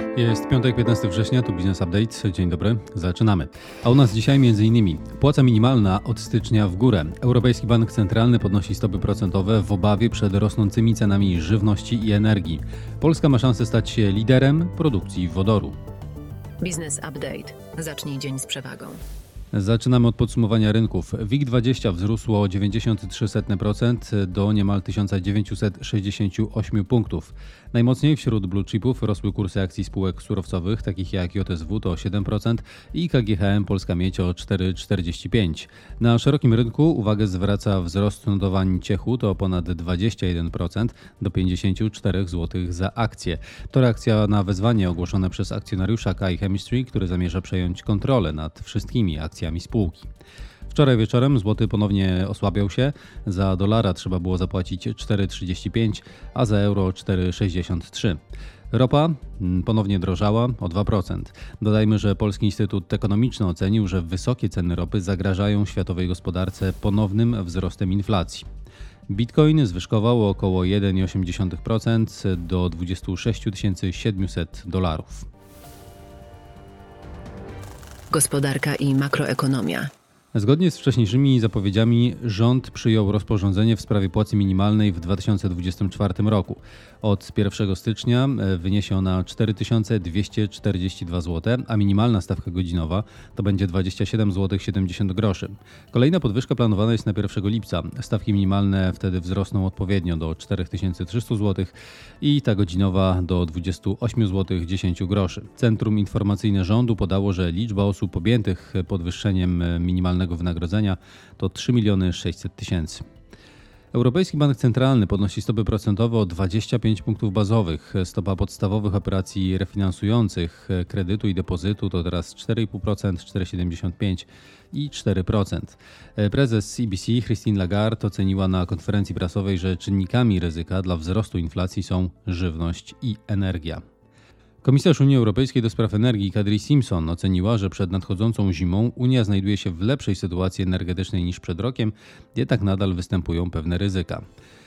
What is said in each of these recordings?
Jest piątek, 15 września, tu Business Update. Dzień dobry, zaczynamy. A u nas dzisiaj m.in. płaca minimalna od stycznia w górę. Europejski Bank Centralny podnosi stopy procentowe w obawie przed rosnącymi cenami żywności i energii. Polska ma szansę stać się liderem produkcji wodoru. Business Update. Zacznij dzień z przewagą. Zaczynamy od podsumowania rynków. WIG20 wzrósło o 0,93% do niemal 1968 punktów. Najmocniej wśród blue chipów rosły kursy akcji spółek surowcowych, takich jak JSW to 7% i KGHM Polska Miedź o 4,45%. Na szerokim rynku uwagę zwraca wzrost notowań Ciechu, to ponad 21% do 54 zł za akcję. To reakcja na wezwanie ogłoszone przez akcjonariusza KAI Chemistry, który zamierza przejąć kontrolę nad wszystkimi akcjami spółki. Wczoraj wieczorem złoty ponownie osłabiał się. Za dolara trzeba było zapłacić 4,35, a za euro 4,63. Ropa ponownie drożała o 2%. Dodajmy, że Polski Instytut Ekonomiczny ocenił, że wysokie ceny ropy zagrażają światowej gospodarce ponownym wzrostem inflacji. Bitcoin zwyżkował o około 1,8% do 26 700 dolarów. Gospodarka i makroekonomia. Zgodnie z wcześniejszymi zapowiedziami rząd przyjął rozporządzenie w sprawie płacy minimalnej w 2024 roku. Od 1 stycznia wyniesie ona 4242 zł, a minimalna stawka godzinowa to będzie 27,70 zł. Kolejna podwyżka planowana jest na 1 lipca. Stawki minimalne wtedy wzrosną odpowiednio do 4300 zł i ta godzinowa do 28,10 zł. Centrum Informacyjne Rządu podało, że liczba osób objętych podwyższeniem minimalnego wynagrodzenia to 3 600 000. Europejski Bank Centralny podnosi stopy procentowe o 25 punktów bazowych. Stopa podstawowych operacji refinansujących kredytu i depozytu to teraz 4,5%, 4,75% i 4%. Prezes CBC Christine Lagarde oceniła na konferencji prasowej, że czynnikami ryzyka dla wzrostu inflacji są żywność i energia. Komisarz Unii Europejskiej do spraw energii Kadri Simpson oceniła, że przed nadchodzącą zimą Unia znajduje się w lepszej sytuacji energetycznej niż przed rokiem, jednak nadal występują pewne ryzyka.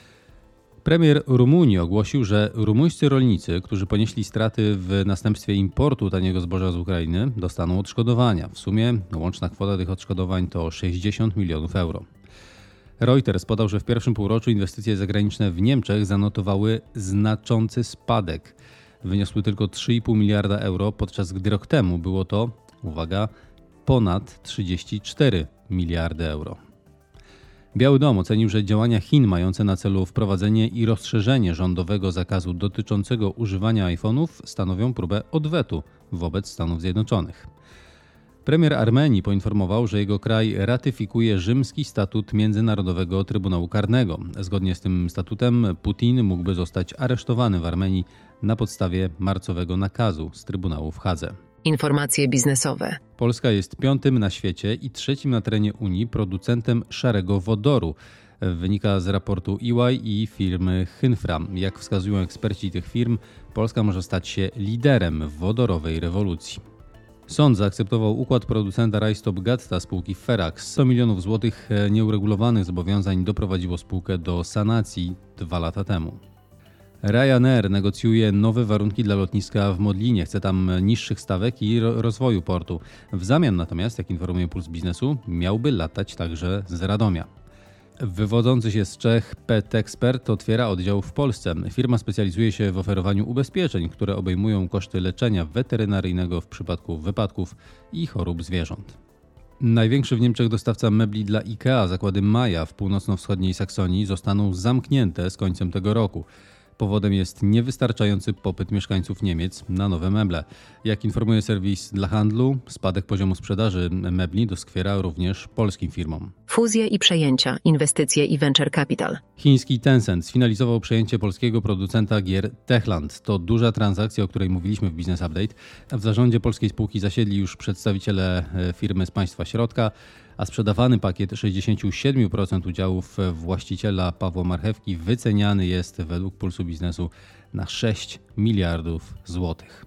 Premier Rumunii ogłosił, że rumuńscy rolnicy, którzy ponieśli straty w następstwie importu taniego zboża z Ukrainy, dostaną odszkodowania. W sumie łączna kwota tych odszkodowań to 60 milionów euro. Reuters podał, że w pierwszym półroczu inwestycje zagraniczne w Niemczech zanotowały znaczący spadek. Wyniosły tylko 3,5 miliarda euro, podczas gdy rok temu było to, uwaga, ponad 34 miliardy euro. Biały Dom ocenił, że działania Chin mające na celu wprowadzenie i rozszerzenie rządowego zakazu dotyczącego używania iPhone'ów stanowią próbę odwetu wobec Stanów Zjednoczonych. Premier Armenii poinformował, że jego kraj ratyfikuje rzymski statut Międzynarodowego Trybunału Karnego. Zgodnie z tym statutem Putin mógłby zostać aresztowany w Armenii na podstawie marcowego nakazu z Trybunału w Hadze. Informacje biznesowe. Polska jest 5. na świecie i 3. na terenie Unii producentem szarego wodoru. Wynika z raportu EY i firmy Hynfra. Jak wskazują eksperci tych firm, Polska może stać się liderem w wodorowej rewolucji. Sąd zaakceptował układ producenta Rajstop Gatta spółki Ferax. 100 milionów złotych nieuregulowanych zobowiązań doprowadziło spółkę do sanacji 2 lata temu. Ryanair negocjuje nowe warunki dla lotniska w Modlinie. Chce tam niższych stawek i rozwoju portu. W zamian natomiast, jak informuje Puls Biznesu, miałby latać także z Radomia. Wywodzący się z Czech PetExpert otwiera oddział w Polsce. Firma specjalizuje się w oferowaniu ubezpieczeń, które obejmują koszty leczenia weterynaryjnego w przypadku wypadków i chorób zwierząt. Największy w Niemczech dostawca mebli dla IKEA, zakłady Maja w północno-wschodniej Saksonii, zostaną zamknięte z końcem tego roku. Powodem jest niewystarczający popyt mieszkańców Niemiec na nowe meble. Jak informuje serwis dla handlu, spadek poziomu sprzedaży mebli doskwiera również polskim firmom. Fuzje i przejęcia, inwestycje i venture capital. Chiński Tencent sfinalizował przejęcie polskiego producenta gier Techland. To duża transakcja, o której mówiliśmy w Business Update. W zarządzie polskiej spółki zasiedli już przedstawiciele firmy z państwa środka, a sprzedawany pakiet 67% udziałów właściciela Pawła Marchewki wyceniany jest według Pulsu Biznesu na 6 miliardów złotych.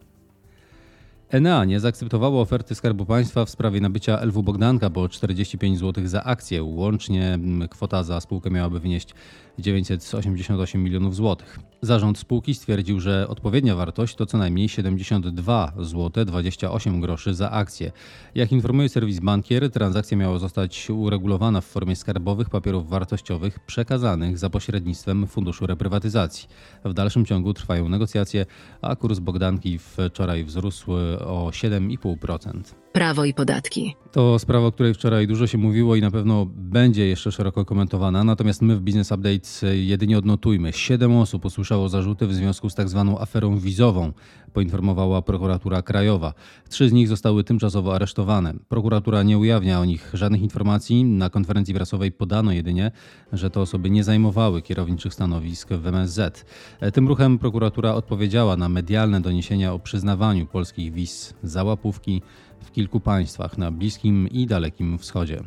Enea nie zaakceptowało oferty Skarbu Państwa w sprawie nabycia LW Bogdanka po 45 zł za akcję. Łącznie kwota za spółkę miałaby wynieść 988 milionów złotych. Zarząd spółki stwierdził, że odpowiednia wartość to co najmniej 72 zł 28 groszy za akcję. Jak informuje serwis Bankier, transakcja miała zostać uregulowana w formie skarbowych papierów wartościowych przekazanych za pośrednictwem Funduszu Reprywatyzacji. W dalszym ciągu trwają negocjacje, a kurs Bogdanki wczoraj wzrósł o 7,5%. Prawo i podatki. To sprawa, o której wczoraj dużo się mówiło i na pewno będzie jeszcze szeroko komentowana. Natomiast my w Business Update jedynie odnotujmy. 7 osób usłyszało zarzuty w związku z tak zwaną aferą wizową, poinformowała prokuratura krajowa. 3 z nich zostały tymczasowo aresztowane. Prokuratura nie ujawnia o nich żadnych informacji. Na konferencji prasowej podano jedynie, że te osoby nie zajmowały kierowniczych stanowisk w MSZ. Tym ruchem prokuratura odpowiedziała na medialne doniesienia o przyznawaniu polskich wiz za łapówki w kilku państwach na Bliskim i Dalekim Wschodzie.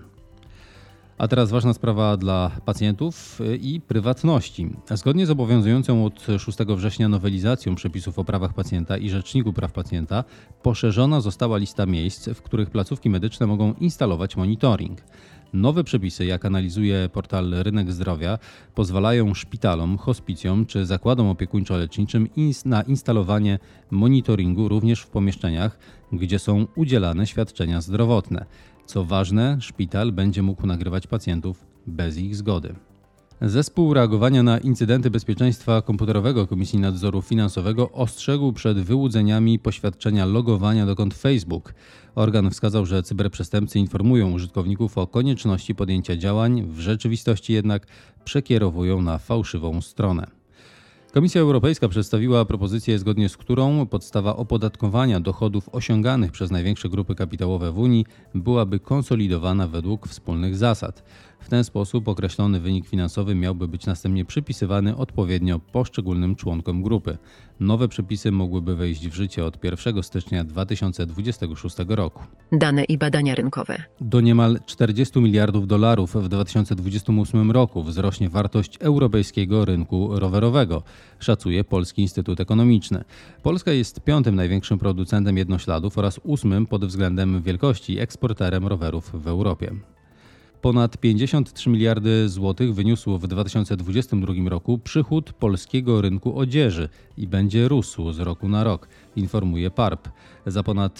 A teraz ważna sprawa dla pacjentów i prywatności. Zgodnie z obowiązującą od 6 września nowelizacją przepisów o prawach pacjenta i Rzeczniku Praw Pacjenta poszerzona została lista miejsc, w których placówki medyczne mogą instalować monitoring. Nowe przepisy, jak analizuje portal Rynek Zdrowia, pozwalają szpitalom, hospicjom czy zakładom opiekuńczo-leczniczym na instalowanie monitoringu również w pomieszczeniach, gdzie są udzielane świadczenia zdrowotne. Co ważne, szpital będzie mógł nagrywać pacjentów bez ich zgody. Zespół reagowania na incydenty bezpieczeństwa komputerowego Komisji Nadzoru Finansowego ostrzegł przed wyłudzeniami poświadczenia logowania do kont Facebook. Organ wskazał, że cyberprzestępcy informują użytkowników o konieczności podjęcia działań, w rzeczywistości jednak przekierowują na fałszywą stronę. Komisja Europejska przedstawiła propozycję, zgodnie z którą podstawa opodatkowania dochodów osiąganych przez największe grupy kapitałowe w Unii byłaby konsolidowana według wspólnych zasad. W ten sposób określony wynik finansowy miałby być następnie przypisywany odpowiednio poszczególnym członkom grupy. Nowe przepisy mogłyby wejść w życie od 1 stycznia 2026 roku. Dane i badania rynkowe. Do niemal 40 miliardów dolarów w 2028 roku wzrośnie wartość europejskiego rynku rowerowego, szacuje Polski Instytut Ekonomiczny. Polska jest 5. największym producentem jednośladów oraz 8. pod względem wielkości eksporterem rowerów w Europie. Ponad 53 miliardy złotych wyniósł w 2022 roku przychód polskiego rynku odzieży i będzie rósł z roku na rok, informuje PARP. Za ponad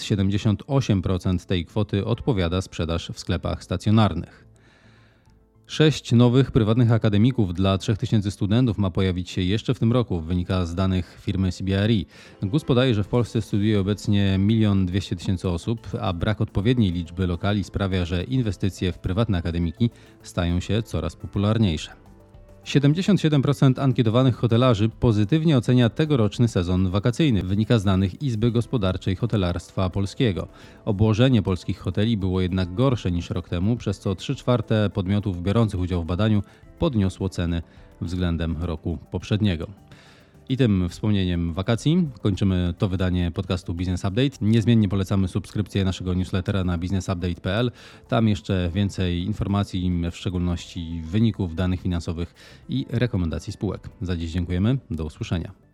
78% tej kwoty odpowiada sprzedaż w sklepach stacjonarnych. 6 nowych prywatnych akademików dla 3000 studentów ma pojawić się jeszcze w tym roku, wynika z danych firmy CBRE. GUS podaje, że w Polsce studiuje obecnie 1 200 000 osób, a brak odpowiedniej liczby lokali sprawia, że inwestycje w prywatne akademiki stają się coraz popularniejsze. 77% ankietowanych hotelarzy pozytywnie ocenia tegoroczny sezon wakacyjny, wynika z danych Izby Gospodarczej Hotelarstwa Polskiego. Obłożenie polskich hoteli było jednak gorsze niż rok temu, przez co 3/4 podmiotów biorących udział w badaniu podniosło ceny względem roku poprzedniego. I tym wspomnieniem wakacji kończymy to wydanie podcastu Business Update. Niezmiennie polecamy subskrypcję naszego newslettera na businessupdate.pl. Tam jeszcze więcej informacji, w szczególności wyników, danych finansowych i rekomendacji spółek. Za dziś dziękujemy. Do usłyszenia.